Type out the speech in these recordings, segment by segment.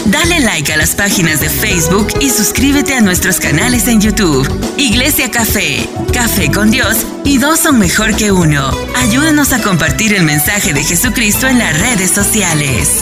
Dale like a las páginas de Facebook y suscríbete a nuestros canales en YouTube. Iglesia Café, Café con Dios y dos son mejor que uno. Ayúdanos a compartir el mensaje de Jesucristo en las redes sociales.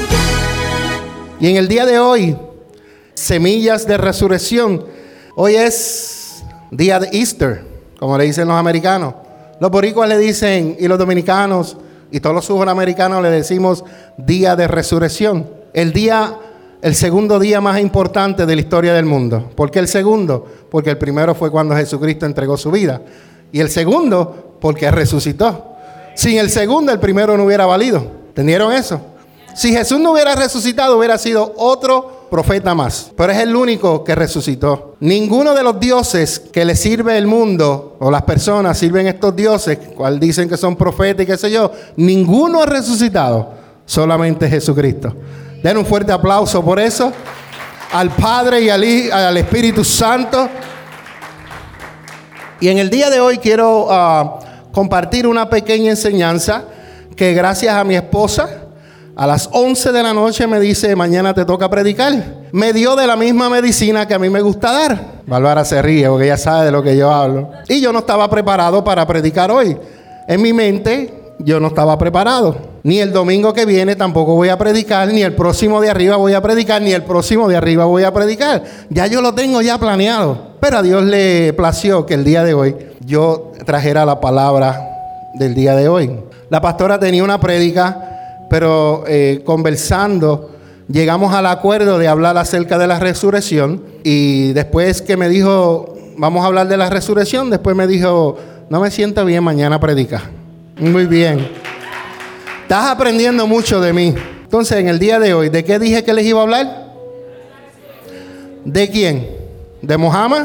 Y en el día de hoy, semillas de resurrección. Hoy es día de Easter, como le dicen los americanos. Los boricuas le dicen, y los dominicanos, y todos los suramericanos le decimos día de resurrección. El segundo día más importante de la historia del mundo. ¿Por qué el segundo? Porque el primero fue cuando Jesucristo entregó su vida. Y el segundo, porque resucitó. Sin el segundo, el primero no hubiera valido. ¿Entendieron eso? Si Jesús no hubiera resucitado, hubiera sido otro profeta más. Pero es el único que resucitó. Ninguno de los dioses que le sirve el mundo, o las personas sirven estos dioses, cual dicen que son profetas y qué sé yo, ninguno ha resucitado. Solamente Jesucristo. Den un fuerte aplauso por eso. Al Padre y al Espíritu Santo. Y en el día de hoy quiero compartir una pequeña enseñanza que gracias a mi esposa, a las 11 de la noche me dice, mañana te toca predicar. Me dio de la misma medicina que a mí me gusta dar. Bárbara se ríe porque ella sabe de lo que yo hablo. Y yo no estaba preparado para predicar hoy. En mi mente yo no estaba preparado. Ni el domingo que viene tampoco voy a predicar, ni el próximo de arriba voy a predicar, ni el próximo de arriba voy a predicar. Ya yo lo tengo ya planeado. Pero a Dios le plació que el día de hoy yo trajera la palabra del día de hoy. La pastora tenía una prédica, pero conversando llegamos al acuerdo de hablar acerca de la resurrección. Y después que me dijo, vamos a hablar de la resurrección, después me dijo, no me siento bien, mañana predica. Muy bien. Estás aprendiendo mucho de mí. Entonces, en el día de hoy, ¿de qué dije que les iba a hablar? ¿De quién? ¿De Mohammed?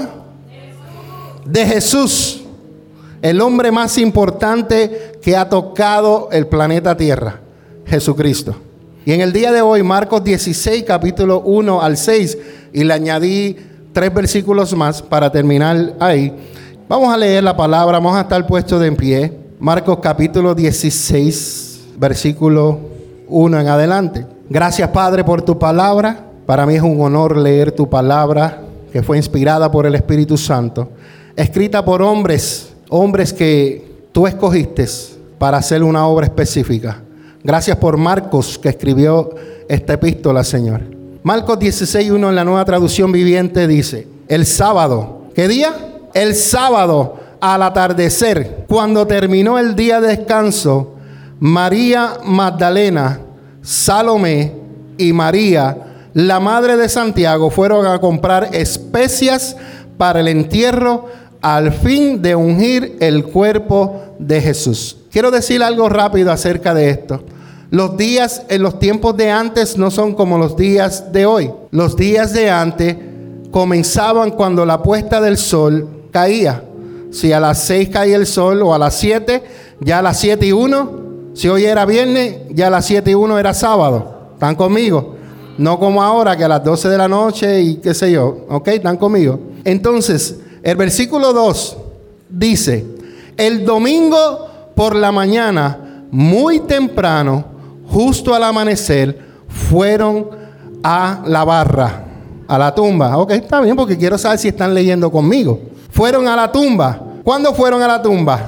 De Jesús, el hombre más importante que ha tocado el planeta Tierra, Jesucristo. Y en el día de hoy, Marcos 16, capítulo 1 al 6, y le añadí 3 versículos más para terminar ahí. Vamos a leer la palabra, vamos a estar puestos de en pie. Marcos capítulo 16, versículo 1 en adelante. Gracias, Padre, por tu palabra. Para mí es un honor leer tu palabra, que fue inspirada por el Espíritu Santo, escrita por hombres que tú escogiste para hacer una obra específica. Gracias por Marcos, que escribió esta epístola, Señor. Marcos 16, 1 en la Nueva Traducción Viviente dice, el sábado, ¿qué día? El sábado al atardecer, cuando terminó el día de descanso, María Magdalena, Salomé y María, la madre de Santiago, fueron a comprar especias para el entierro al fin de ungir el cuerpo de Jesús. Quiero decir algo rápido acerca de esto. Los días en los tiempos de antes no son como los días de hoy. Los días de antes comenzaban cuando la puesta del sol caía. Si a las 6 caía el sol o a las 7, ya a las 7 y 1, si hoy era viernes, ya a las 7 y 1 era sábado. ¿Están conmigo? No como ahora que a las 12 de la noche y qué sé yo. ¿Ok? ¿Están conmigo? Entonces, el versículo 2 dice, el domingo por la mañana, muy temprano, justo al amanecer, fueron a la barra, a la tumba. Ok, está bien, porque quiero saber si están leyendo conmigo. Fueron a la tumba. ¿Cuándo fueron a la tumba?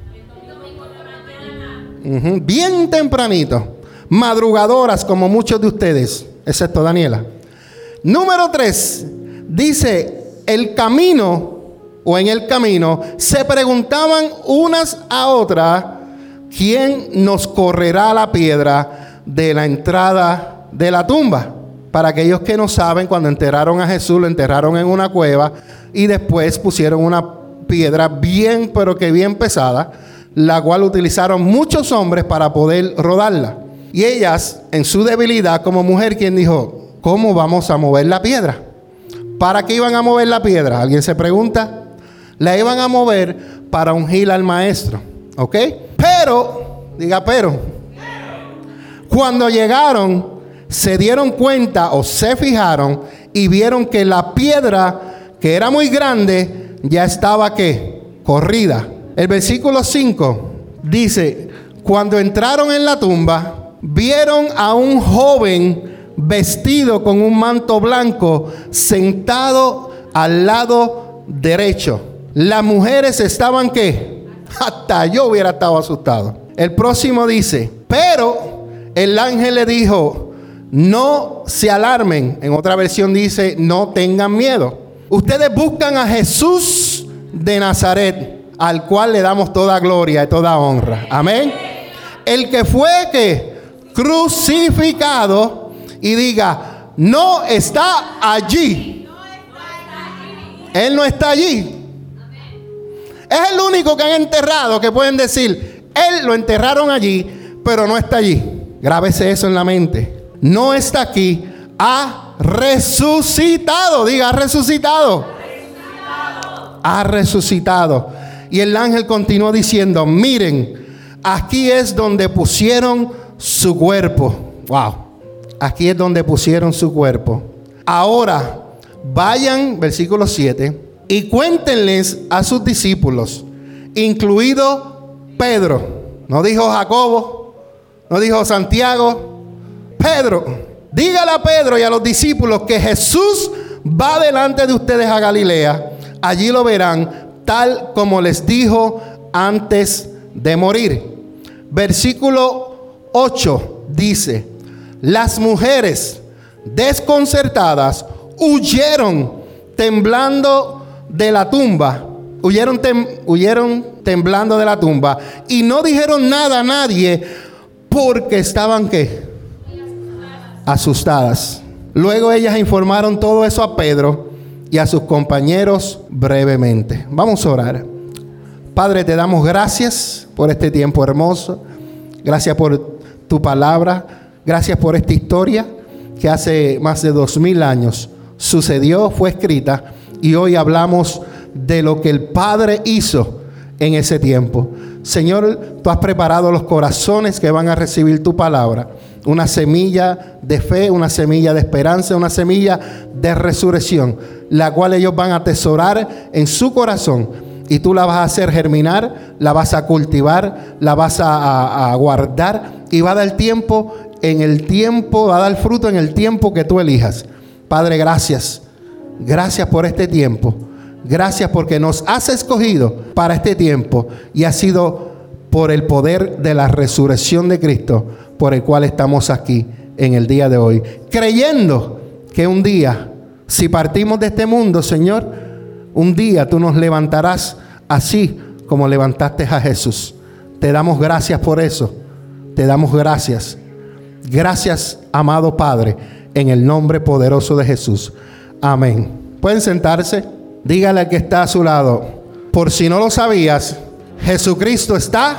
Bien tempranito. Madrugadoras como muchos de ustedes, excepto Daniela. Número 3. Dice, en el camino se preguntaban unas a otras, ¿quién nos correrá la piedra de la entrada de la tumba? Para aquellos que no saben, cuando enterraron a Jesús, lo enterraron en una cueva y después pusieron una piedra bien, pero que bien pesada, la cual utilizaron muchos hombres para poder rodarla. Y ellas, en su debilidad como mujer, ¿quién dijo? ¿Cómo vamos a mover la piedra? ¿Para qué iban a mover la piedra? ¿Alguien se pregunta? La iban a mover para ungir al maestro. ¿Ok? Pero, diga pero. Cuando llegaron, se dieron cuenta o se fijaron y vieron que la piedra, que era muy grande, ya estaba ¿qué? Corrida. El versículo 5 dice, cuando entraron en la tumba, vieron a un joven vestido con un manto blanco, sentado al lado derecho. Las mujeres estaban ¿qué? Hasta yo hubiera estado asustado. El próximo dice: pero el ángel le dijo: no se alarmen. En otra versión dice: no tengan miedo. Ustedes buscan a Jesús de Nazaret, al cual le damos toda gloria y toda honra. Amén. El que fue ¿qué? Crucificado. Y diga: no está allí. Él no está allí. Es el único que han enterrado, que pueden decir: él lo enterraron allí, pero no está allí. Grábese eso en la mente. No está aquí, ha resucitado. Diga: ha resucitado. Ha resucitado. Y el ángel continuó diciendo: miren, aquí es donde pusieron su cuerpo. Wow. Aquí es donde pusieron su cuerpo. Ahora vayan, versículo 7, y cuéntenles a sus discípulos, incluido Pedro. No dijo Jacobo, no dijo Santiago, Pedro. Dígale a Pedro y a los discípulos que Jesús va delante de ustedes a Galilea. Allí lo verán, tal como les dijo antes de morir. Versículo 8 dice: las mujeres desconcertadas huyeron temblando de la tumba. Huyeron temblando de la tumba y no dijeron nada a nadie, porque estaban ¿qué? Asustadas. Luego ellas informaron todo eso a Pedro y a sus compañeros brevemente. Vamos a orar. Padre, te damos gracias por este tiempo hermoso. Gracias por tu palabra. Gracias por esta historia que hace más de 2000 años sucedió, fue escrita, y hoy hablamos de lo que el Padre hizo en ese tiempo. Señor, tú has preparado los corazones que van a recibir tu palabra. Una semilla de fe, una semilla de esperanza, una semilla de resurrección, la cual ellos van a atesorar en su corazón. Y tú la vas a hacer germinar, la vas a cultivar, la vas a guardar, y va a dar tiempo en el tiempo, va a dar fruto en el tiempo que tú elijas. Padre, gracias. Gracias por este tiempo. Gracias porque nos has escogido para este tiempo, y ha sido por el poder de la resurrección de Cristo por el cual estamos aquí en el día de hoy, creyendo que un día, si partimos de este mundo, Señor, un día tú nos levantarás así como levantaste a Jesús. Te damos gracias por eso. Te damos gracias. Gracias, amado Padre, en el nombre poderoso de Jesús. Amén. Pueden sentarse. Dígale al que está a su lado: por si no lo sabías, Jesucristo está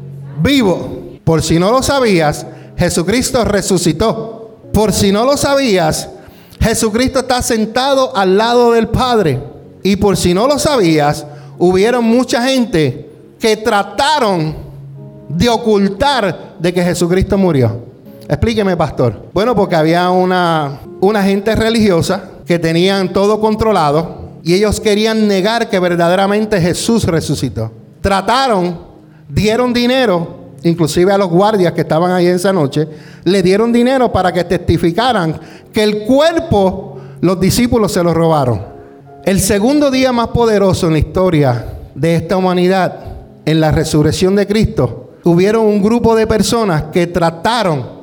vivo. Por si no lo sabías, Jesucristo resucitó. Por si no lo sabías, Jesucristo está sentado al lado del Padre. Y por si no lo sabías, hubieron mucha gente que trataron de ocultar de que Jesucristo murió. Explíqueme, pastor. Bueno, porque había una gente religiosa que tenían todo controlado, y ellos querían negar que verdaderamente Jesús resucitó. Trataron, dieron dinero, inclusive a los guardias que estaban ahí esa noche, le dieron dinero para que testificaran que el cuerpo los discípulos se lo robaron. El segundo día más poderoso en la historia de esta humanidad, en la resurrección de Cristo, hubieron un grupo de personas que trataron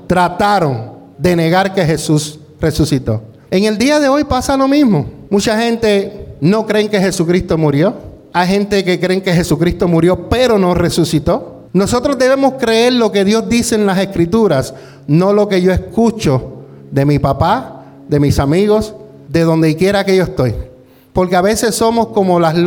de negar que Jesús resucitó. En el día de hoy pasa lo mismo. Mucha gente no cree que Jesucristo murió. Hay gente que cree que Jesucristo murió pero no resucitó. Nosotros debemos creer lo que Dios dice en las Escrituras, no lo que yo escucho de mi papá, de mis amigos, de donde quiera que yo estoy. Porque a veces somos como loras,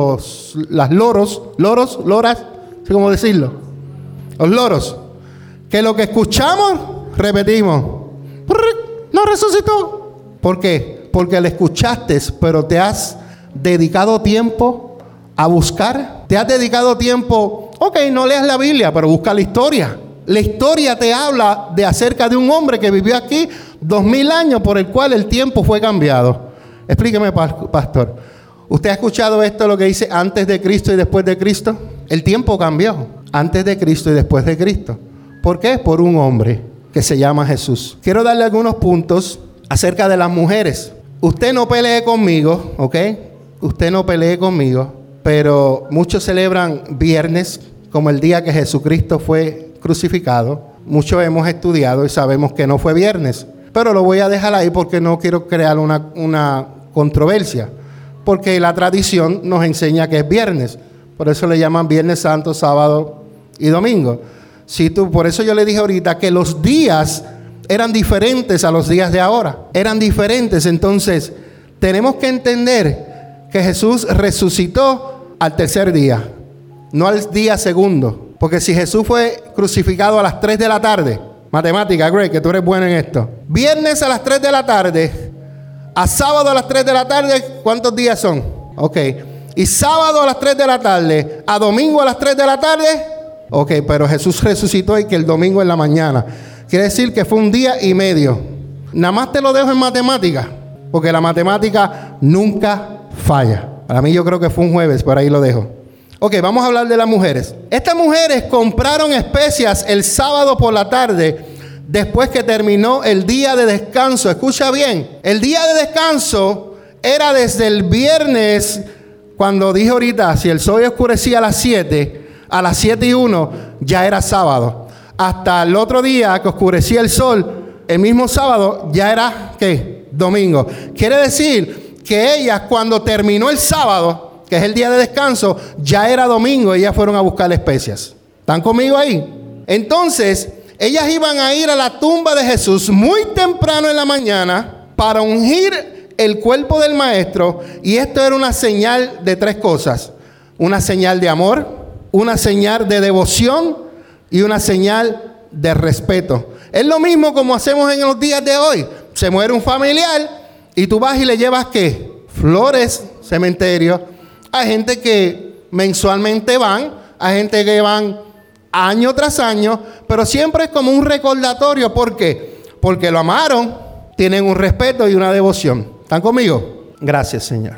¿sí cómo decirlo? Los loros, que lo que escuchamos, repetimos. No resucitó. ¿Por qué? Porque le escuchaste, pero te has dedicado tiempo a buscar. Te has dedicado tiempo, no leas la Biblia, pero busca la historia. La historia te habla de acerca de un hombre que vivió aquí 2000 años, por el cual el tiempo fue cambiado. Explíqueme, pastor. ¿Usted ha escuchado esto, lo que dice antes de Cristo y después de Cristo? El tiempo cambió antes de Cristo y después de Cristo. ¿Por qué? Por un hombre que se llama Jesús. Quiero darle algunos puntos acerca de las mujeres. Usted no pelee conmigo, ¿ok? Usted no pelee conmigo, pero muchos celebran viernes como el día que Jesucristo fue crucificado. Muchos hemos estudiado y sabemos que no fue viernes, pero lo voy a dejar ahí porque no quiero crear una controversia, porque la tradición nos enseña que es viernes. Por eso le llaman Viernes Santo, sábado y domingo. Por eso yo le dije ahorita que los días eran diferentes a los días de ahora. Eran diferentes. Entonces, tenemos que entender que Jesús resucitó al tercer día, no al día segundo. Porque si Jesús fue crucificado a las 3 de la tarde, matemática, Greg, que tú eres bueno en esto. Viernes a las 3 de la tarde, a sábado a las 3 de la tarde, ¿cuántos días son? Ok. Y sábado a las 3 de la tarde, a domingo a las 3 de la tarde. Ok, pero Jesús resucitó y que el domingo en la mañana. Quiere decir que fue un día y medio. Nada más te lo dejo en matemática, porque la matemática nunca falla. Para mí yo creo que fue un jueves, por ahí lo dejo. Ok, vamos a hablar de las mujeres. Estas mujeres compraron especias el sábado por la tarde, después que terminó el día de descanso. Escucha bien, el día de descanso era desde el viernes, cuando dije ahorita, si el sol oscurecía a las 7, a las 7:01 ya era sábado. Hasta el otro día que oscurecía el sol, el mismo sábado ya era, ¿qué? Domingo. Quiere decir que ellas, cuando terminó el sábado, que es el día de descanso, ya era domingo. Ellas fueron a buscar especias. ¿Están conmigo ahí? Entonces, ellas iban a ir a la tumba de Jesús muy temprano en la mañana para ungir el cuerpo del maestro. Y esto era una señal de 3 cosas: una señal de amor, una señal de devoción y una señal de respeto. Es lo mismo como hacemos en los días de hoy. Se muere un familiar y tú vas y le llevas ¿qué? Flores, cementerio. Hay gente que mensualmente van, hay gente que van año tras año, pero siempre es como un recordatorio. ¿Por qué? Porque lo amaron, tienen un respeto y una devoción. ¿Están conmigo? Gracias, Señor.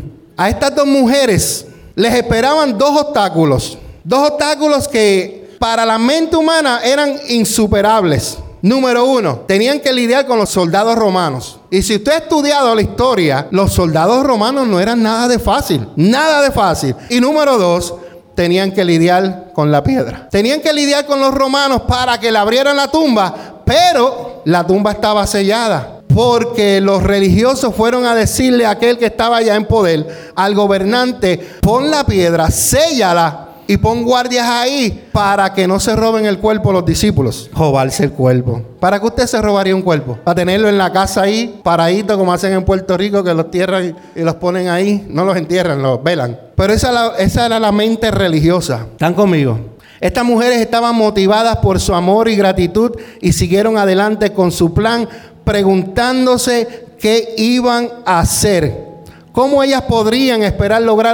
A estas 2 mujeres les esperaban 2 obstáculos. 2 obstáculos que para la mente humana eran insuperables. Número 1, tenían que lidiar con los soldados romanos. Y si usted ha estudiado la historia, los soldados romanos no eran nada de fácil. Nada de fácil. Y número 2, tenían que lidiar con la piedra. Tenían que lidiar con los romanos para que le abrieran la tumba, pero la tumba estaba sellada. Porque los religiosos fueron a decirle a aquel que estaba ya en poder, al gobernante: pon la piedra, séllala y pon guardias ahí para que no se roben el cuerpo los discípulos. Robarse el cuerpo. ¿Para qué usted se robaría un cuerpo? ¿Para tenerlo en la casa ahí, paradito, como hacen en Puerto Rico, que los entierran y los ponen ahí? No los entierran, los velan. Pero esa era la mente religiosa. ¿Están conmigo? Estas mujeres estaban motivadas por su amor y gratitud y siguieron adelante con su plan, preguntándose qué iban a hacer. ¿Cómo ellas podrían esperar lograr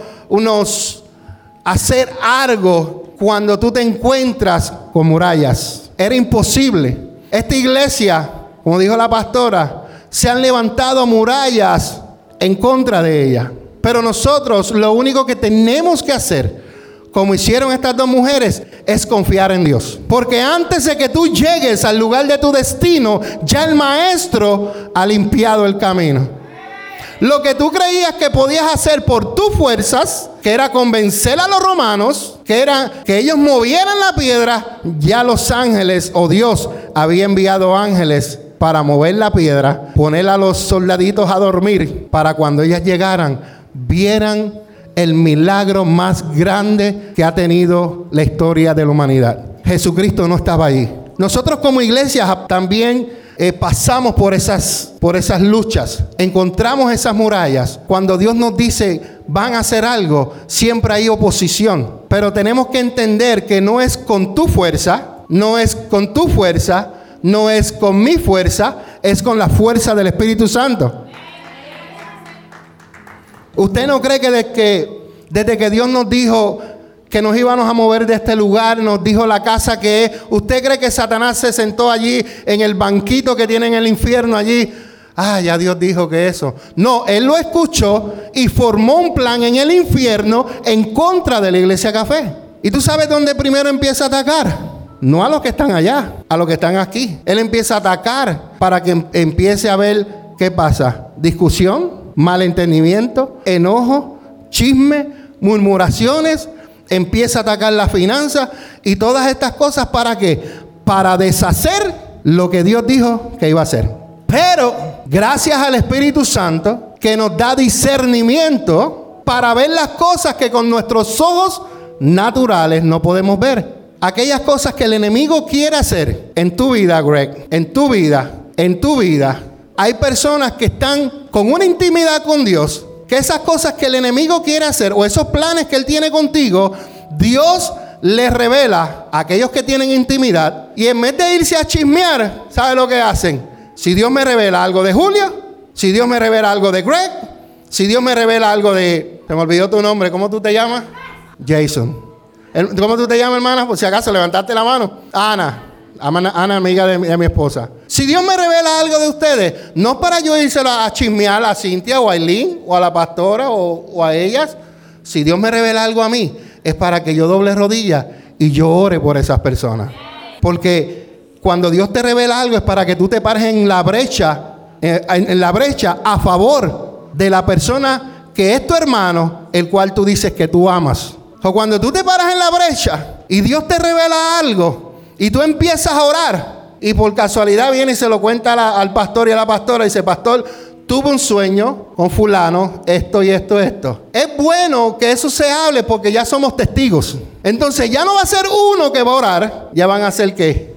hacer algo cuando tú te encuentras con murallas? Era imposible. Esta iglesia, como dijo la pastora, se han levantado murallas en contra de ella. Pero nosotros lo único que tenemos que hacer, como hicieron estas 2 mujeres, es confiar en Dios. Porque antes de que tú llegues al lugar de tu destino, ya el maestro ha limpiado el camino. Lo que tú creías que podías hacer por tus fuerzas, que era convencer a los romanos, que era que ellos movieran la piedra, ya los ángeles o Dios había enviado ángeles para mover la piedra, poner a los soldaditos a dormir, para cuando ellas llegaran, vieran el milagro más grande que ha tenido la historia de la humanidad. Jesucristo no estaba allí. Nosotros como iglesia también pasamos por esas luchas, encontramos esas murallas. Cuando Dios nos dice van a hacer algo, siempre hay oposición, pero tenemos que entender que no es con tu fuerza, no es con tu fuerza, no es con mi fuerza, es con la fuerza del Espíritu Santo. ¿Usted no cree que desde que Dios nos dijo que nos íbamos a mover de este lugar, nos dijo la casa que es, usted cree que Satanás se sentó allí en el banquito que tiene en el infierno allí? Ya Dios dijo que eso. No, Él lo escuchó y formó un plan en el infierno en contra de la Iglesia Café. ¿Y tú sabes dónde primero empieza a atacar? No a los que están allá, a los que están aquí. Él empieza a atacar para que empiece a ver qué pasa. Discusión, malentendimiento, enojo, chisme, murmuraciones. Empieza a atacar las finanzas y todas estas cosas. ¿Para qué? Para deshacer lo que Dios dijo que iba a hacer. Pero gracias al Espíritu Santo que nos da discernimiento para ver las cosas que con nuestros ojos naturales no podemos ver. Aquellas cosas que el enemigo quiere hacer en tu vida, Greg, en tu vida. Hay personas que están con una intimidad con Dios, que esas cosas que el enemigo quiere hacer o esos planes que él tiene contigo, Dios les revela a aquellos que tienen intimidad. Y en vez de irse a chismear, ¿sabe lo que hacen? Si Dios me revela algo de Julio, si Dios me revela algo de Greg, si Dios me revela algo de... Se me olvidó tu nombre, ¿cómo tú te llamas? Jason. ¿Cómo tú te llamas, hermana? Por si acaso levantaste la mano. Ana, amiga de mi esposa. Si Dios me revela algo de ustedes, no para yo írselo a chismear a Cintia o a Aileen o a la pastora o a ellas. Si Dios me revela algo a mí, es para que yo doble rodillas y yo ore por esas personas. Porque cuando Dios te revela algo es para que tú te pares en la brecha a favor de la persona que es tu hermano, el cual tú dices que tú amas. O cuando tú te paras en la brecha y Dios te revela algo y tú empiezas a orar y por casualidad viene y se lo cuenta al pastor y a la pastora y dice: pastor, tuve un sueño con fulano, esto y esto. Es bueno que eso se hable porque ya somos testigos. Entonces ya no va a ser uno que va a orar, ya van a ser ¿qué?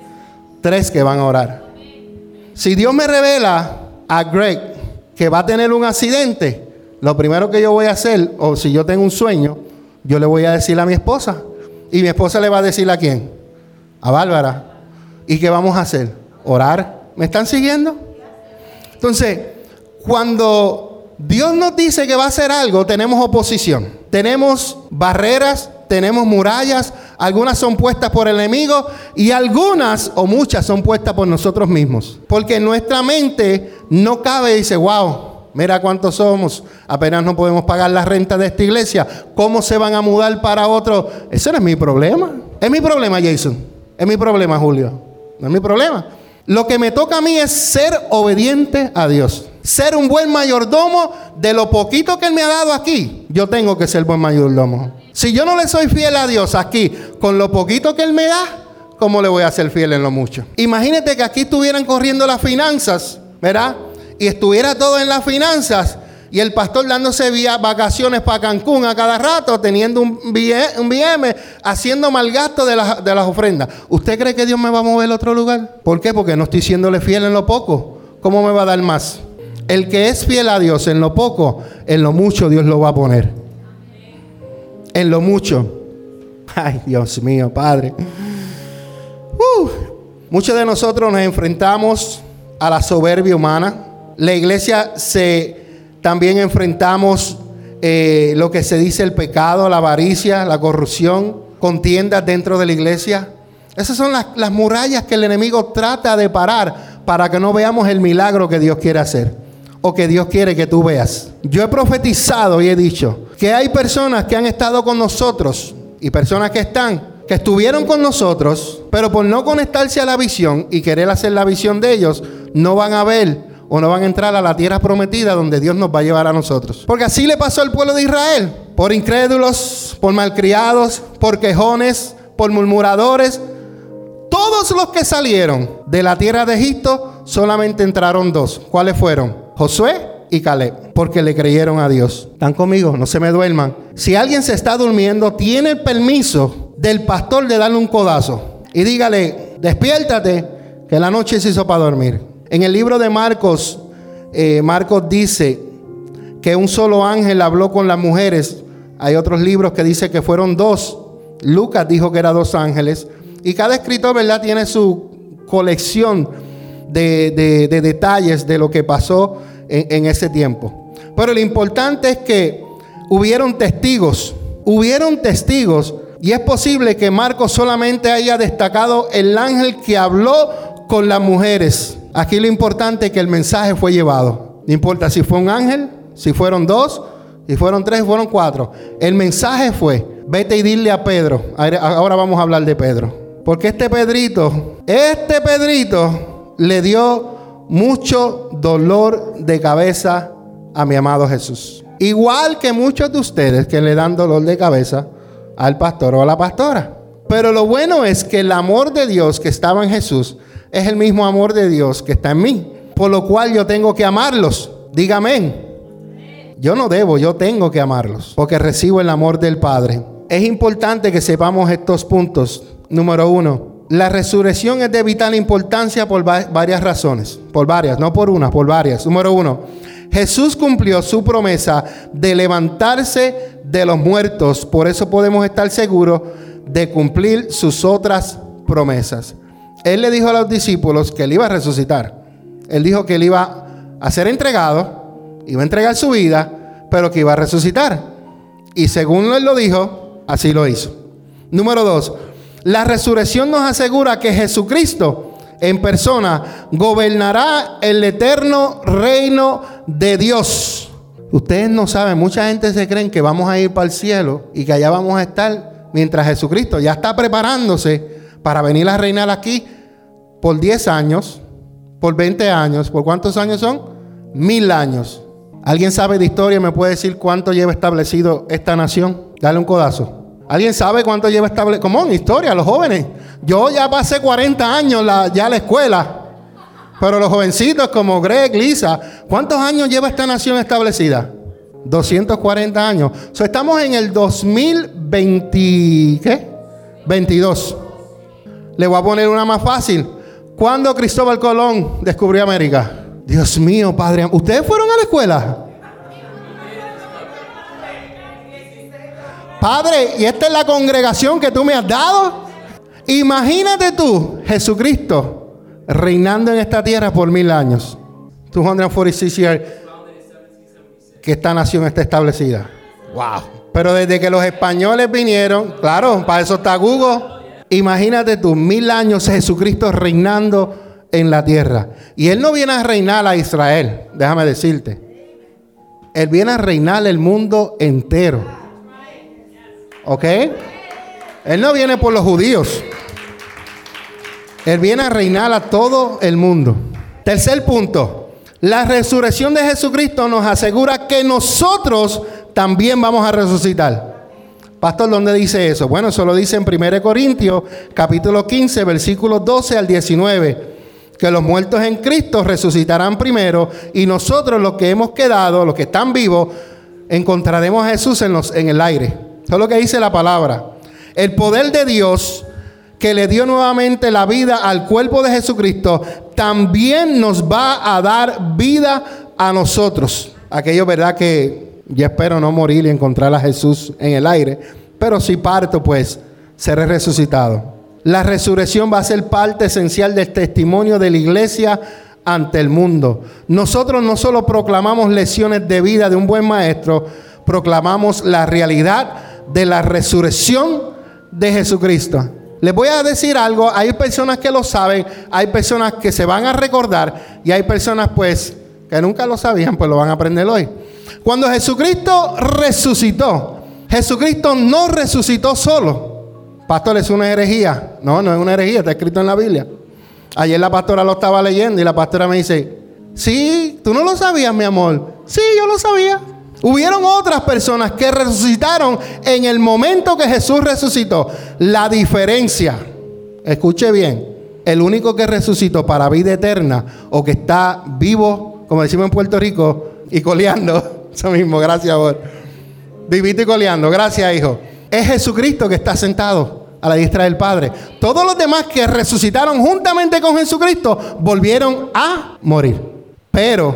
3 que van a orar. Si Dios me revela a Greg que va a tener un accidente, lo primero que yo voy a hacer, o si yo tengo un sueño, yo le voy a decir a mi esposa. Y mi esposa le va a decir ¿a quién? A Bárbara. ¿Y qué vamos a hacer? Orar. ¿Me están siguiendo? Entonces, cuando Dios nos dice que va a hacer algo, tenemos oposición. Tenemos barreras, tenemos murallas. Algunas son puestas por el enemigo y algunas o muchas son puestas por nosotros mismos. Porque en nuestra mente no cabe y dice: wow, mira cuántos somos, apenas no podemos pagar la renta de esta iglesia. ¿Cómo se van a mudar para otro? Ese no es mi problema. Es mi problema, Jason. Es mi problema, Julio. No es mi problema. Lo que me toca a mí es ser obediente a Dios. Ser un buen mayordomo de lo poquito que Él me ha dado aquí. Yo tengo que ser buen mayordomo. Si yo no le soy fiel a Dios aquí, con lo poquito que Él me da, ¿cómo le voy a ser fiel en lo mucho? Imagínate que aquí estuvieran corriendo las finanzas, ¿verdad? Y estuviera todo en las finanzas y el pastor dándose vacaciones para Cancún a cada rato, teniendo un BM, haciendo mal gasto de las ofrendas. ¿Usted cree que Dios me va a mover a otro lugar? ¿Por qué? Porque no estoy siéndole fiel en lo poco. ¿Cómo me va a dar más? El que es fiel a Dios en lo poco, en lo mucho Dios lo va a poner. En lo mucho. Ay, Dios mío, Padre. Muchos de nosotros nos enfrentamos a la soberbia humana. La iglesia también enfrentamos lo que se dice el pecado, la avaricia, la corrupción, contiendas dentro de la iglesia. Esas son las murallas que el enemigo trata de parar para que no veamos el milagro que Dios quiere hacer o que Dios quiere que tú veas. Yo he profetizado y he dicho que hay personas que han estado con nosotros y personas que estuvieron con nosotros, pero por no conectarse a la visión y querer hacer la visión de ellos, no van a ver o no van a entrar a la tierra prometida donde Dios nos va a llevar a nosotros. Porque así le pasó al pueblo de Israel. Por incrédulos, por malcriados, por quejones, por murmuradores. Todos los que salieron de la tierra de Egipto, solamente entraron 2. ¿Cuáles fueron? Josué y Caleb, porque le creyeron a Dios. ¿Están conmigo? No se me duerman. Si alguien se está durmiendo, tiene el permiso del pastor de darle un codazo y dígale: despiértate, que la noche se hizo para dormir. En el libro de Marcos, Marcos dice que un solo ángel habló con las mujeres. Hay otros libros que dice que fueron 2. Lucas dijo que eran 2 ángeles. Y cada escritor, ¿verdad?, tiene su colección de detalles de lo que pasó en ese tiempo. Pero lo importante es que hubieron testigos. Y es posible que Marcos solamente haya destacado el ángel que habló con las mujeres. Aquí lo importante es que el mensaje fue llevado. No importa si fue un ángel, si fueron 2, si fueron 3, si fueron 4. El mensaje fue: vete y dile a Pedro. Ahora vamos a hablar de Pedro. Porque este Pedrito le dio mucho dolor de cabeza a mi amado Jesús. Igual que muchos de ustedes que le dan dolor de cabeza al pastor o a la pastora. Pero lo bueno es que el amor de Dios que estaba en Jesús es el mismo amor de Dios que está en mí. Por lo cual yo tengo que amarlos. Diga amén. Yo no debo, yo tengo que amarlos. Porque recibo el amor del Padre. Es importante que sepamos estos puntos. Número 1. La resurrección es de vital importancia por varias razones. Por varias, no por una, por varias. Número 1. Jesús cumplió su promesa de levantarse de los muertos. Por eso podemos estar seguros de cumplir sus otras promesas. Él le dijo a los discípulos que él iba a resucitar. Él dijo que él iba a ser entregado, iba a entregar su vida, pero que iba a resucitar. Y según él lo dijo, así lo hizo. Número 2. La resurrección nos asegura que Jesucristo en persona gobernará el eterno reino de Dios. Ustedes no saben, mucha gente se creen que vamos a ir para el cielo y que allá vamos a estar mientras Jesucristo ya está preparándose para venir a reinar aquí por 10 años, por 20 años. ¿Por cuántos años son? 1000 años. ¿Alguien sabe de historia y me puede decir cuánto lleva establecido esta nación? Dale un codazo. ¿Alguien sabe cuánto lleva establecido? ¿Cómo? En historia, los jóvenes. Yo ya pasé 40 años ya a la escuela. Pero los jovencitos como Greg, Lisa, ¿cuántos años lleva esta nación establecida? 240 años. Estamos en el 2022. Le voy a poner una más fácil. ¿Cuándo Cristóbal Colón descubrió América? Dios mío, Padre. ¿Ustedes fueron a la escuela? Padre, ¿y esta es la congregación que tú me has dado? Imagínate tú, Jesucristo, reinando en esta tierra por 1000 años. 246 years que esta nación está establecida. Wow. Pero desde que los españoles vinieron, claro, para eso está Google. Imagínate tú, 1000 años Jesucristo reinando en la tierra. Y Él no viene a reinar a Israel, déjame decirte. Él viene a reinar el mundo entero. ¿Ok? Él no viene por los judíos. Él viene a reinar a todo el mundo. Tercer punto. La resurrección de Jesucristo nos asegura que nosotros también vamos a resucitar. Pastor, ¿dónde dice eso? Bueno, eso lo dice en 1 Corintios, capítulo 15, versículos 12 al 19. Que los muertos en Cristo resucitarán primero y nosotros los que hemos quedado, los que están vivos, encontraremos a Jesús en el aire. Eso es lo que dice la palabra. El poder de Dios que le dio nuevamente la vida al cuerpo de Jesucristo también nos va a dar vida a nosotros. Aquello, verdad, que yo espero no morir y encontrar a Jesús en el aire, pero si parto, pues seré resucitado. La resurrección va a ser parte esencial del testimonio de la iglesia ante el mundo. Nosotros no solo proclamamos lecciones de vida de un buen maestro, proclamamos la realidad de la resurrección de Jesucristo. Les voy a decir algo, hay personas que lo saben, hay personas que se van a recordar y hay personas pues que nunca lo sabían, pues lo van a aprender hoy. Cuando Jesucristo resucitó, Jesucristo no resucitó solo. Pastor, es una herejía. No, no es una herejía, está escrito en la Biblia. Ayer la pastora lo estaba leyendo y la pastora me dice, sí, ¿tú no lo sabías, mi amor? Sí, yo lo sabía. Hubieron otras personas que resucitaron en el momento que Jesús resucitó. La diferencia, escuche bien, el único que resucitó para vida eterna o que está vivo, como decimos en Puerto Rico, y coleando, eso mismo, gracias amor, vivito y coleando, gracias hijo, es Jesucristo que está sentado a la diestra del Padre. Todos los demás que resucitaron juntamente con Jesucristo volvieron a morir. Pero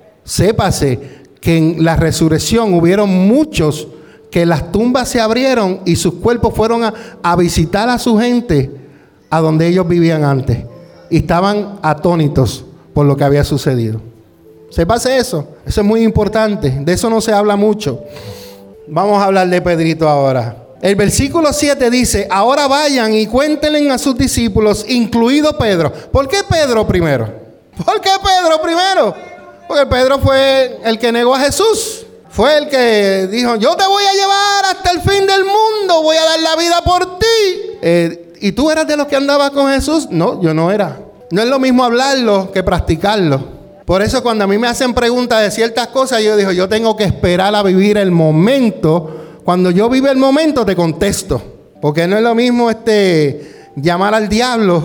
sépase que en la resurrección hubieron muchos que las tumbas se abrieron y sus cuerpos fueron a visitar a su gente a donde ellos vivían antes y estaban atónitos por lo que había sucedido. Sépase eso es muy importante, de eso no se habla mucho. Vamos a hablar de Pedrito ahora. El versículo 7 dice, ahora vayan y cuéntenle a sus discípulos, incluido Pedro. ¿Por qué Pedro primero? ¿Por qué Pedro primero? Porque Pedro fue el que negó a Jesús. Fue el que dijo, yo te voy a llevar hasta el fin del mundo, voy a dar la vida por ti. ¿Y tú eras de los que andaba con Jesús? No, yo no era. No es lo mismo hablarlo que practicarlo. Por eso cuando a mí me hacen preguntas de ciertas cosas, yo digo, yo tengo que esperar a vivir el momento. Cuando yo vivo el momento, te contesto. Porque no es lo mismo llamar al diablo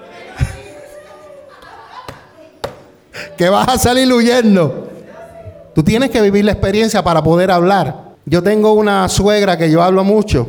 que vas a salir huyendo. Tú tienes que vivir la experiencia para poder hablar. Yo tengo una suegra que yo amo mucho.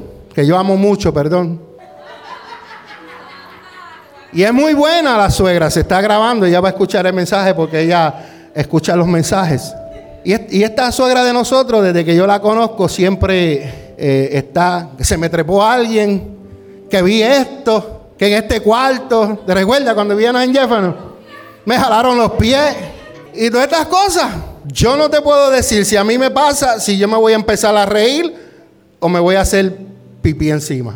Y es muy buena la suegra. Se está grabando, ella va a escuchar el mensaje porque ella escucha los mensajes. Y esta suegra de nosotros, desde que yo la conozco, siempre se me trepó alguien, que vi esto, que en este cuarto, ¿te recuerdas cuando vivíamos en Jefferson? Me jalaron los pies y todas estas cosas. Yo no te puedo decir si a mí me pasa, si yo me voy a empezar a reír o me voy a hacer pipí encima.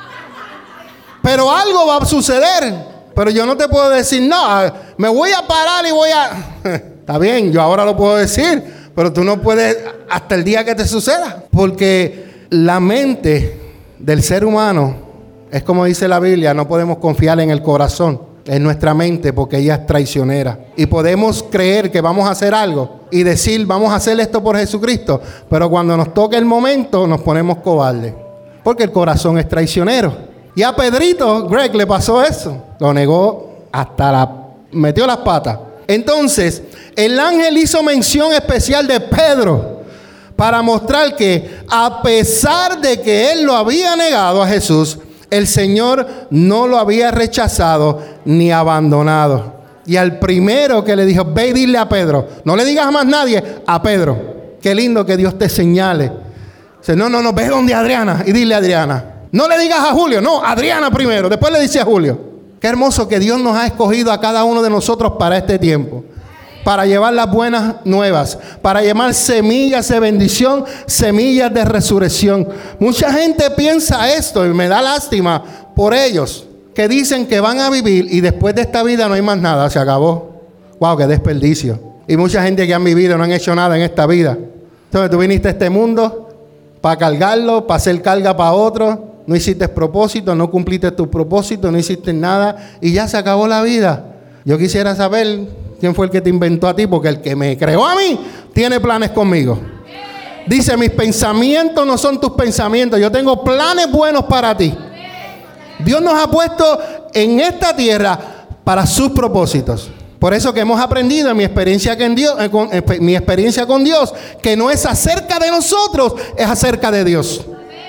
Pero algo va a suceder. Pero yo no te puedo decir, no, me voy a parar y voy a... Está bien, yo ahora lo puedo decir, pero tú no puedes hasta el día que te suceda. Porque la mente del ser humano, es como dice la Biblia, no podemos confiar en el corazón. Es nuestra mente porque ella es traicionera. Y podemos creer que vamos a hacer algo y decir, vamos a hacer esto por Jesucristo. Pero cuando nos toque el momento, nos ponemos cobardes. Porque el corazón es traicionero. Y a Pedrito, Greg, le pasó eso. Lo negó metió las patas. Entonces, el ángel hizo mención especial de Pedro para mostrar que a pesar de que él lo había negado a Jesús, el Señor no lo había rechazado ni abandonado. Y al primero que le dijo, ve y dile a Pedro, no le digas a más nadie, a Pedro. Qué lindo que Dios te señale. Dice, no, ve donde Adriana y dile a Adriana. No le digas a Julio, no, Adriana primero, después le dice a Julio. Qué hermoso que Dios nos ha escogido a cada uno de nosotros para este tiempo. Para llevar las buenas nuevas, para llevar semillas de bendición, semillas de resurrección. Mucha gente piensa esto y me da lástima por ellos, que dicen que van a vivir y después de esta vida no hay más nada, se acabó. Wow, qué desperdicio. Y mucha gente que han vivido no han hecho nada en esta vida. Entonces tú viniste a este mundo para cargarlo, para hacer carga para otros. No hiciste propósito, no cumpliste tu propósito, no hiciste nada y ya se acabó la vida. Yo quisiera saber quién fue el que te inventó a ti, porque el que me creó a mí tiene planes conmigo. Dice, mis pensamientos no son tus pensamientos, yo tengo planes buenos para ti. Dios nos ha puesto en esta tierra para sus propósitos. Por eso que hemos aprendido en mi experiencia con Dios, que no es acerca de nosotros, es acerca de Dios.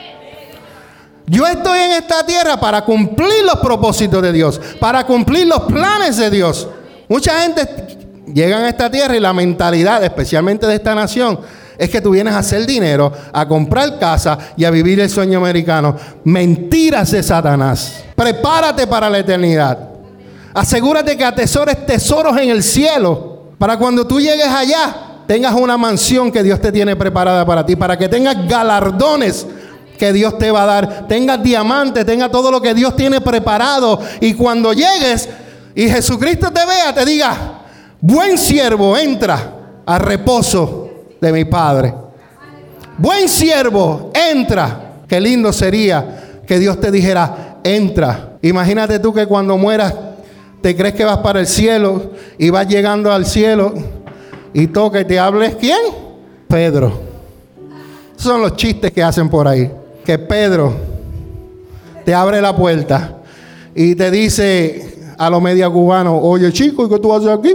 Yo estoy en esta tierra para cumplir los propósitos de Dios, para cumplir los planes de Dios. Mucha gente llega a esta tierra y la mentalidad, especialmente de esta nación, es que tú vienes a hacer dinero, a comprar casa y a vivir el sueño americano. Mentiras de Satanás. Prepárate para la eternidad. Asegúrate que atesores tesoros en el cielo, para cuando tú llegues allá, tengas una mansión que Dios te tiene preparada para ti, para que tengas galardones que Dios te va a dar, tengas diamantes, tengas todo lo que Dios tiene preparado. Y cuando llegues y Jesucristo te vea, te diga, buen siervo, entra al reposo de mi Padre. Buen siervo, entra. Qué lindo sería que Dios te dijera, entra. Imagínate tú que cuando mueras, te crees que vas para el cielo y vas llegando al cielo y toca y te hables, ¿quién? Pedro. Esos son los chistes que hacen por ahí. Que Pedro te abre la puerta y te dice a los media cubanos, oye chico, ¿y qué tú haces aquí?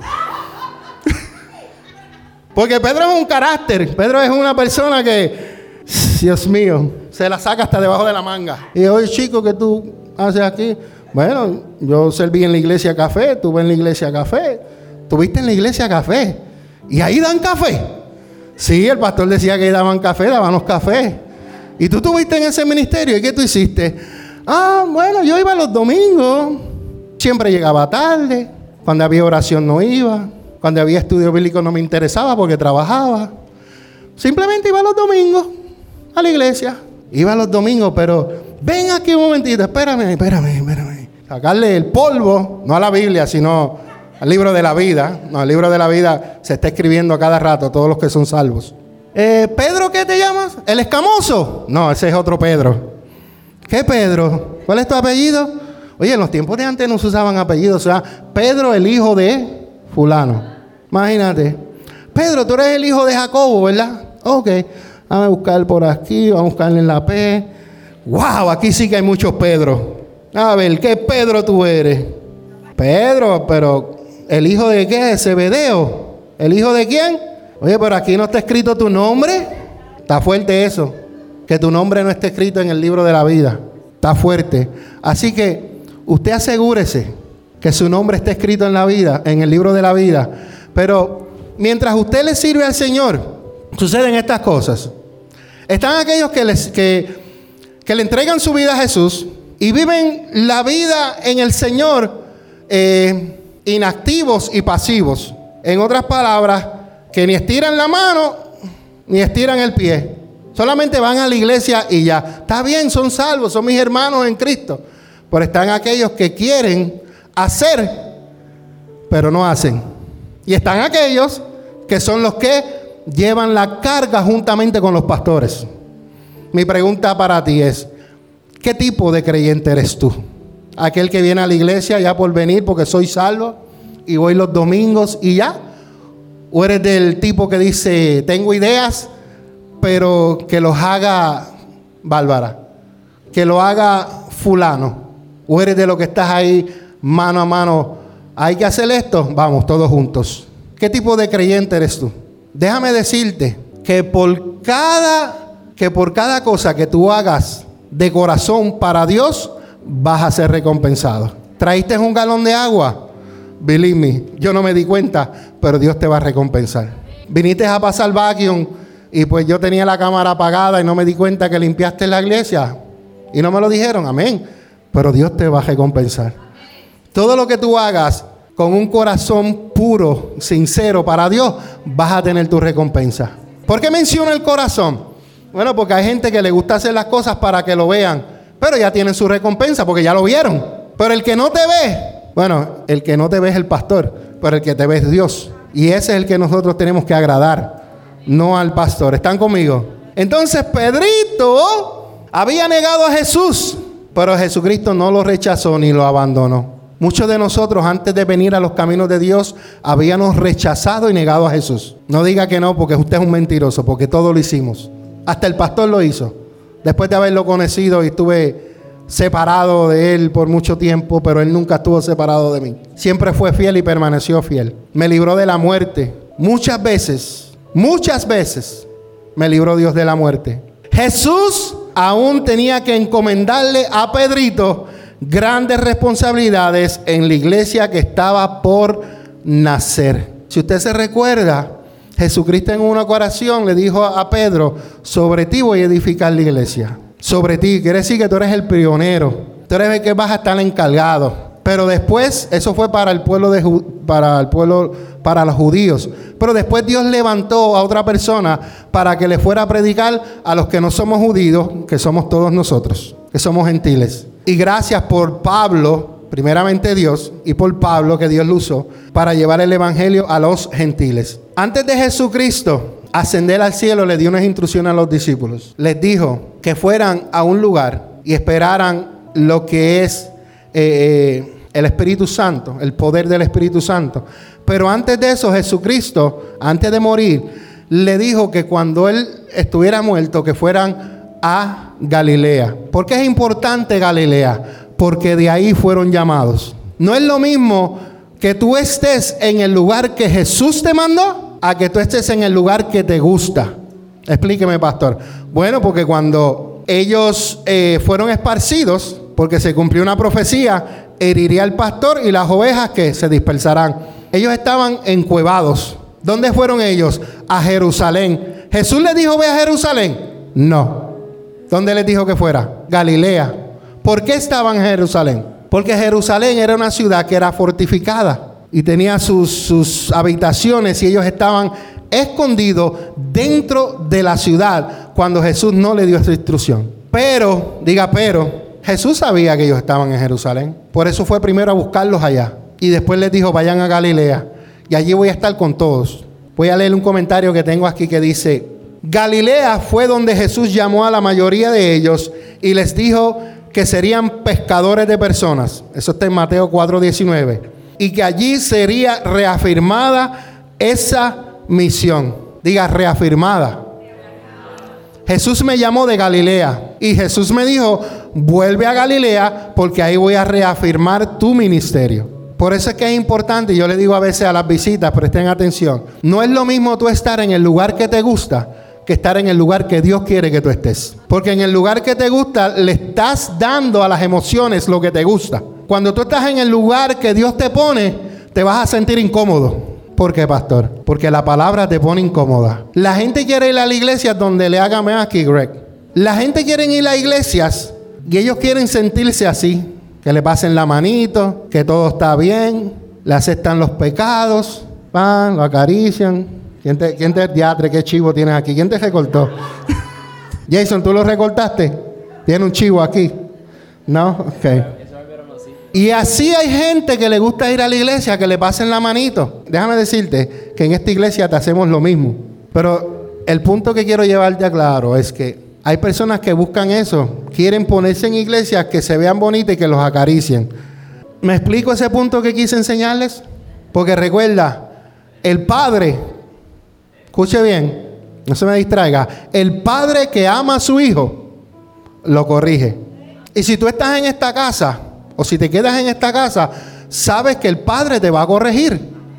Porque Pedro es un carácter. Pedro es una persona que, Dios mío, se la saca hasta debajo de la manga. Y oye chico, ¿qué tú haces aquí? Bueno, yo serví en la iglesia café, estuve en la iglesia café, estuviste en la iglesia café y ahí dan café. Sí, el pastor decía que ahí daban café, dábamos café. Y tú estuviste en ese ministerio, ¿y qué tú hiciste? Bueno, yo iba los domingos, siempre llegaba tarde, cuando había oración no iba, cuando había estudio bíblico no me interesaba porque trabajaba. Simplemente iba los domingos a la iglesia, iba los domingos, pero ven aquí un momentito, espérame. Sacarle el polvo, no a la Biblia, sino al libro de la vida. No, el libro de la vida se está escribiendo a cada rato, todos los que son salvos. Pedro, ¿qué te llamas? ¿El escamoso? No, ese es otro Pedro. ¿Qué Pedro? ¿Cuál es tu apellido? Oye, en los tiempos de antes no se usaban apellidos. O sea, Pedro, el hijo de fulano. Imagínate. Pedro, tú eres el hijo de Jacobo, ¿verdad? Ok. Vamos a buscar por aquí. Vamos a buscarle en la P. ¡Wow! Aquí sí que hay muchos Pedro. A ver, ¿qué Pedro tú eres? Pedro, pero ¿el hijo de qué? Zebedeo. ¿El hijo de quién? Oye, pero aquí no está escrito tu nombre. Está fuerte eso. Que tu nombre no esté escrito en el libro de la vida. Está fuerte. Así que usted asegúrese que su nombre esté escrito en la vida, en el libro de la vida. Pero mientras usted le sirve al Señor, suceden estas cosas. Están aquellos que le entregan su vida a Jesús y viven la vida en el Señor inactivos y pasivos. En otras palabras, que ni estiran la mano ni estiran el pie. Solamente van a la iglesia y ya. Está bien, son salvos, son mis hermanos en Cristo. Pero están aquellos que quieren hacer, pero no hacen. Y están aquellos que son los que llevan la carga juntamente con los pastores. Mi pregunta para ti es, ¿qué tipo de creyente eres tú? ¿Aquel que viene a la iglesia ya por venir porque soy salvo y voy los domingos y ya? ¿O eres del tipo que dice, tengo ideas, pero que los haga Bárbara, que lo haga fulano? ¿O eres de lo que estás ahí mano a mano? ¿Hay que hacer esto? Vamos, todos juntos. ¿Qué tipo de creyente eres tú? Déjame decirte que por cada cosa que tú hagas de corazón para Dios, vas a ser recompensado. ¿Traíste un galón de agua? Believe me, yo no me di cuenta, pero Dios te va a recompensar. Viniste a pasar vacuum y pues yo tenía la cámara apagada y no me di cuenta que limpiaste la iglesia y no me lo dijeron, amén. Pero Dios te va a recompensar. Todo lo que tú hagas con un corazón puro, sincero para Dios, vas a tener tu recompensa. ¿Por qué menciono el corazón? Bueno, porque hay gente que le gusta hacer las cosas para que lo vean, pero ya tienen su recompensa porque ya lo vieron. Pero el que no te ve, bueno, el que no te ve es el pastor, pero el que te ve es Dios. Y ese es el que nosotros tenemos que agradar, no al pastor. ¿Están conmigo? Entonces Pedrito había negado a Jesús, pero Jesucristo no lo rechazó ni lo abandonó. Muchos de nosotros antes de venir a los caminos de Dios habíamos rechazado y negado a Jesús. No diga que no, porque usted es un mentiroso, porque todo lo hicimos. Hasta el pastor lo hizo. Después de haberlo conocido y estuve separado de él por mucho tiempo, pero él nunca estuvo separado de mí. Siempre fue fiel y permaneció fiel. Me libró de la muerte. Muchas veces me libró Dios de la muerte. Jesús aún tenía que encomendarle a Pedrito grandes responsabilidades en la iglesia que estaba por nacer. Si usted se recuerda, Jesucristo en una oración le dijo a Pedro, sobre ti voy a edificar la iglesia. Sobre ti, quiere decir que tú eres el pionero. Tú eres el que vas a estar encargado. Pero después, eso fue para el pueblo para los judíos. Pero después Dios levantó a otra persona para que le fuera a predicar a los que no somos judíos, que somos todos nosotros, que somos gentiles. Y gracias por Pablo, primeramente Dios, y por Pablo que Dios lo usó para llevar el evangelio a los gentiles. Antes de Jesucristo ascender al cielo, le dio unas instrucciones a los discípulos. Les dijo que fueran a un lugar y esperaran lo que es el Espíritu Santo, el poder del Espíritu Santo. Pero antes de eso, Jesucristo, antes de morir, le dijo que cuando él estuviera muerto, que fueran a Galilea. ¿Por qué es importante Galilea? Porque de ahí fueron llamados. No es lo mismo que tú estés en el lugar que Jesús te mandó a que tú estés en el lugar que te gusta. Explíqueme, pastor. Bueno, porque cuando ellos fueron esparcidos, porque se cumplió una profecía, heriría al pastor y las ovejas que se dispersarán. Ellos estaban encuevados. ¿Dónde fueron ellos? A Jerusalén. ¿Jesús les dijo ve a Jerusalén? No. ¿Dónde les dijo que fuera? Galilea. ¿Por qué estaban en Jerusalén? Porque Jerusalén era una ciudad que era fortificada y tenía sus habitaciones y ellos estaban escondidos dentro de la ciudad cuando Jesús no le dio esa instrucción. Pero, Jesús sabía que ellos estaban en Jerusalén. Por eso fue primero a buscarlos allá. Y después les dijo, vayan a Galilea. Y allí voy a estar con todos. Voy a leer un comentario que tengo aquí que dice: Galilea fue donde Jesús llamó a la mayoría de ellos y les dijo que serían pescadores de personas. Eso está en Mateo 4:19. Y que allí sería reafirmada esa misión. Diga, reafirmada. Jesús me llamó de Galilea y Jesús me dijo, vuelve a Galilea porque ahí voy a reafirmar tu ministerio. Por eso es que es importante, yo le digo a veces a las visitas, presten atención, no es lo mismo tú estar en el lugar que te gusta que estar en el lugar que Dios quiere que tú estés. Porque en el lugar que te gusta le estás dando a las emociones lo que te gusta. Cuando tú estás en el lugar que Dios te pone, te vas a sentir incómodo. ¿Por qué, pastor? Porque la palabra te pone incómoda. La gente quiere ir a la iglesia donde le haga más aquí, Greg. La gente quiere ir a iglesias y ellos quieren sentirse así. Que le pasen la manito, que todo está bien, le aceptan los pecados, van, lo acarician. ¿Quién te diatre? ¿Qué chivo tienes aquí? ¿Quién te recortó? Jason, ¿tú lo recortaste? ¿Tiene un chivo aquí? ¿No? Ok. Y así hay gente que le gusta ir a la iglesia, que le pasen la manito. Déjame decirte que en esta iglesia te hacemos lo mismo. Pero el punto que quiero llevarte a claro es que hay personas que buscan eso. Quieren ponerse en iglesias que se vean bonitas y que los acaricien. ¿Me explico ese punto que quise enseñarles? Porque recuerda, el Padre, escuche bien, no se me distraiga, el Padre que ama a su Hijo, lo corrige. Y si tú estás en esta casa, o si te quedas en esta casa, sabes que el Padre te va a corregir.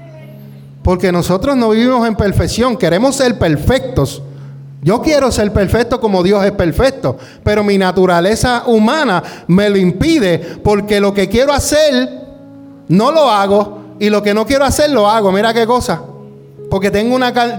Porque nosotros no vivimos en perfección, queremos ser perfectos. Yo quiero ser perfecto como Dios es perfecto, pero mi naturaleza humana me lo impide, porque lo que quiero hacer no lo hago y lo que no quiero hacer lo hago. Mira qué cosa. Porque tengo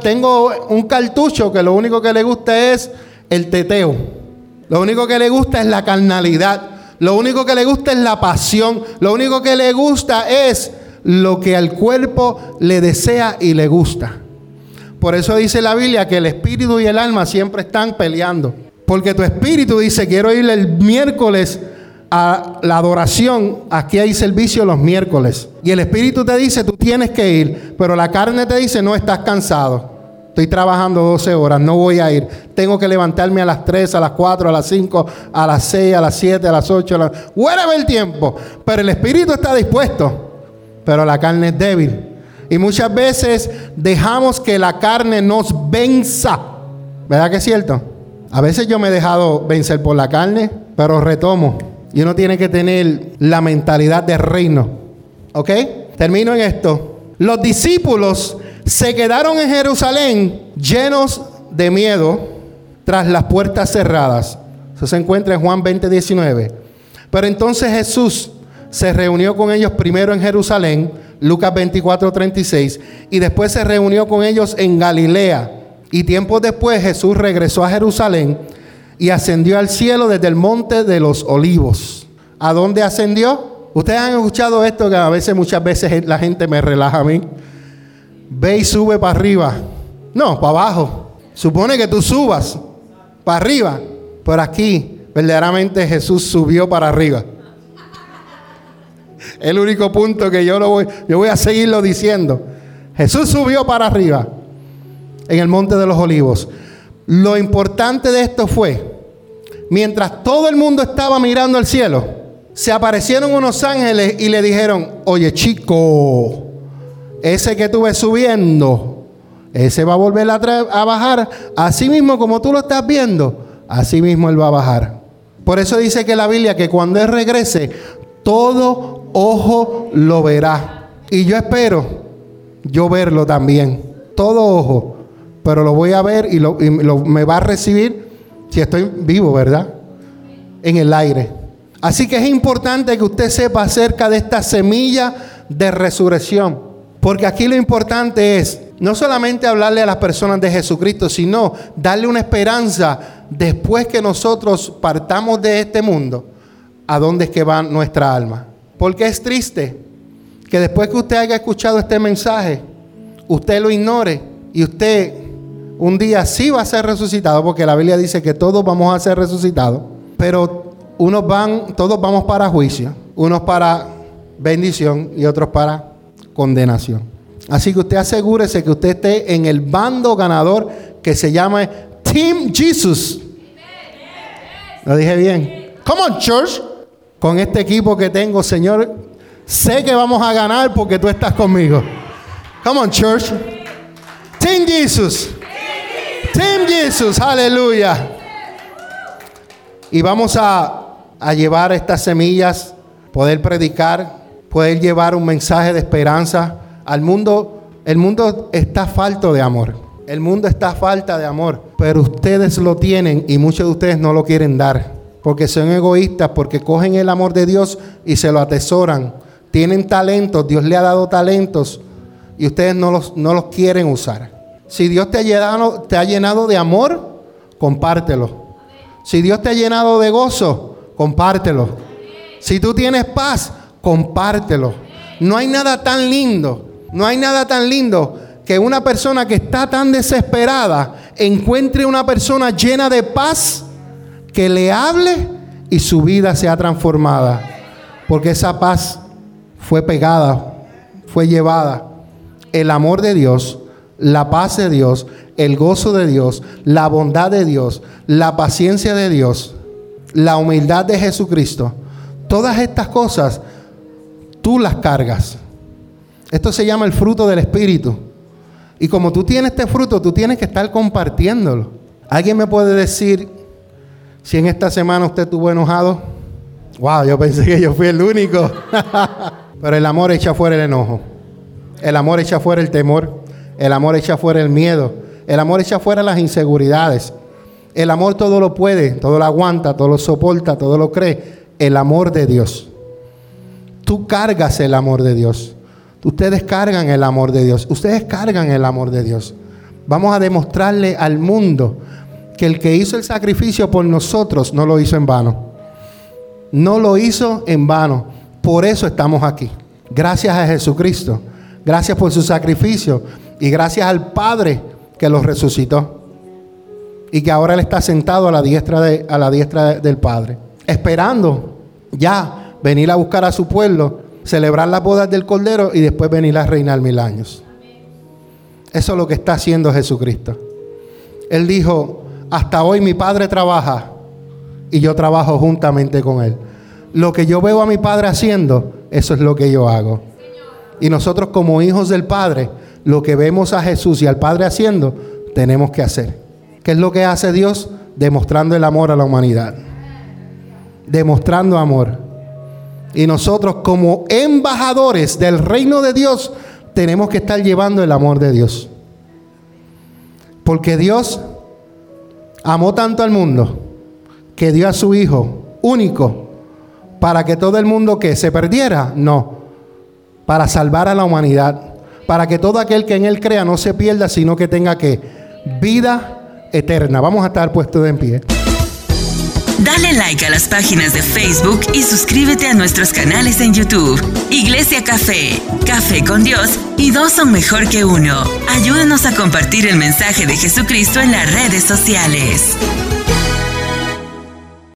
un cartucho que lo único que le gusta es el teteo. Lo único que le gusta es la carnalidad. Lo único que le gusta es la pasión. Lo único que le gusta es lo que al cuerpo le desea y le gusta. Por eso dice la Biblia que el espíritu y el alma siempre están peleando. Porque tu espíritu dice, quiero ir el miércoles a la adoración. Aquí hay servicio los miércoles. Y el espíritu te dice, tú tienes que ir. Pero la carne te dice, no, estás cansado. Estoy trabajando 12 horas, no voy a ir. Tengo que levantarme a las 3, a las 4, a las 5, a las 6, a las 7, a las 8. Whatever el tiempo. Pero el espíritu está dispuesto. Pero la carne es débil. Y muchas veces dejamos que la carne nos venza. ¿Verdad que es cierto? A veces yo me he dejado vencer por la carne, pero retomo. Y uno tiene que tener la mentalidad del reino. ¿Ok? Termino en esto. Los discípulos se quedaron en Jerusalén llenos de miedo tras las puertas cerradas. Eso se encuentra en Juan 20:19. Pero entonces Jesús se reunió con ellos primero en Jerusalén, Lucas 24:36, y después se reunió con ellos en Galilea. Y tiempo después Jesús regresó a Jerusalén y ascendió al cielo desde el monte de los Olivos. ¿A dónde ascendió? Ustedes han escuchado esto, que muchas veces la gente me relaja a mí. Ve y sube para arriba. No, para abajo. Supone que tú subas para arriba. Pero aquí, verdaderamente Jesús subió para arriba. El único punto que yo voy a seguirlo diciendo. Jesús subió para arriba en el monte de los Olivos. Lo importante de esto fue, mientras todo el mundo estaba mirando al cielo, se aparecieron unos ángeles y le dijeron, oye chico, ese que tú ves subiendo, ese va a volver a bajar, así mismo como tú lo estás viendo, así mismo él va a bajar. Por eso dice que la Biblia, que cuando él regrese, todo ojo lo verá. Y yo espero yo verlo también, todo ojo, pero lo voy a ver y me va a recibir si estoy vivo, ¿verdad? En el aire. Así que es importante que usted sepa acerca de esta semilla de resurrección, porque aquí lo importante es no solamente hablarle a las personas de Jesucristo, sino darle una esperanza después que nosotros partamos de este mundo, a dónde es que va nuestra alma. Porque es triste que después que usted haya escuchado este mensaje, usted lo ignore y usted un día sí va a ser resucitado, porque la Biblia dice que todos vamos a ser resucitados, pero todos vamos para juicio, unos para bendición y otros para condenación. Así que usted asegúrese que usted esté en el bando ganador que se llama Team Jesus. ¿Lo dije bien? Come on, church. Con este equipo que tengo, Señor, sé que vamos a ganar porque tú estás conmigo. Come on, church. Team Jesus. Team Jesus. Aleluya. Y vamos a llevar estas semillas, poder predicar, poder llevar un mensaje de esperanza al mundo. El mundo está falto de amor. El mundo está falta de amor. Pero ustedes lo tienen y muchos de ustedes no lo quieren dar. Porque son egoístas, porque cogen el amor de Dios y se lo atesoran. Tienen talentos, Dios le ha dado talentos y ustedes no los quieren usar. Si Dios te ha llenado de amor, compártelo. Si Dios te ha llenado de gozo, compártelo. Si tú tienes paz, compártelo. No hay nada tan lindo que una persona que está tan desesperada encuentre una persona llena de paz que le hable y su vida sea transformada. Porque esa paz fue pegada, fue llevada. El amor de Dios, la paz de Dios, el gozo de Dios, la bondad de Dios, la paciencia de Dios, la humildad de Jesucristo. Todas estas cosas tú las cargas. Esto se llama el fruto del Espíritu. Y como tú tienes este fruto, tú tienes que estar compartiéndolo. ¿Alguien me puede decir si en esta semana usted estuvo enojado? Wow, yo pensé que yo fui el único. Pero el amor echa fuera el enojo. El amor echa fuera el temor. El amor echa fuera el miedo. El amor echa fuera las inseguridades. El amor todo lo puede, todo lo aguanta, todo lo soporta, todo lo cree. El amor de Dios. Tú cargas el amor de Dios. Ustedes cargan el amor de Dios. Ustedes cargan el amor de Dios. Vamos a demostrarle al mundo que el que hizo el sacrificio por nosotros no lo hizo en vano. No lo hizo en vano. Por eso estamos aquí. Gracias a Jesucristo. Gracias por su sacrificio. Y gracias al Padre que los resucitó. Y que ahora Él está sentado a la diestra del Padre. Esperando ya venir a buscar a su pueblo, celebrar las bodas del Cordero y después venir a reinar 1000 años. Eso es lo que está haciendo Jesucristo. Él dijo: hasta hoy mi Padre trabaja y yo trabajo juntamente con Él. Lo que yo veo a mi Padre haciendo, eso es lo que yo hago. Y nosotros como hijos del Padre, lo que vemos a Jesús y al Padre haciendo, tenemos que hacer. ¿Qué es lo que hace Dios? Demostrando el amor a la humanidad. Demostrando amor. Y nosotros como embajadores del reino de Dios tenemos que estar llevando el amor de Dios. Porque Dios amó tanto al mundo que dio a su Hijo único para que todo el mundo que se perdiera, no, para salvar a la humanidad, para que todo aquel que en Él crea no se pierda, sino que tenga que vida eterna. Vamos a estar puestos de en pie. Dale like a las páginas de Facebook y suscríbete a nuestros canales en YouTube. Iglesia Café, Café con Dios y 2 son mejor que 1. Ayúdanos a compartir el mensaje de Jesucristo en las redes sociales.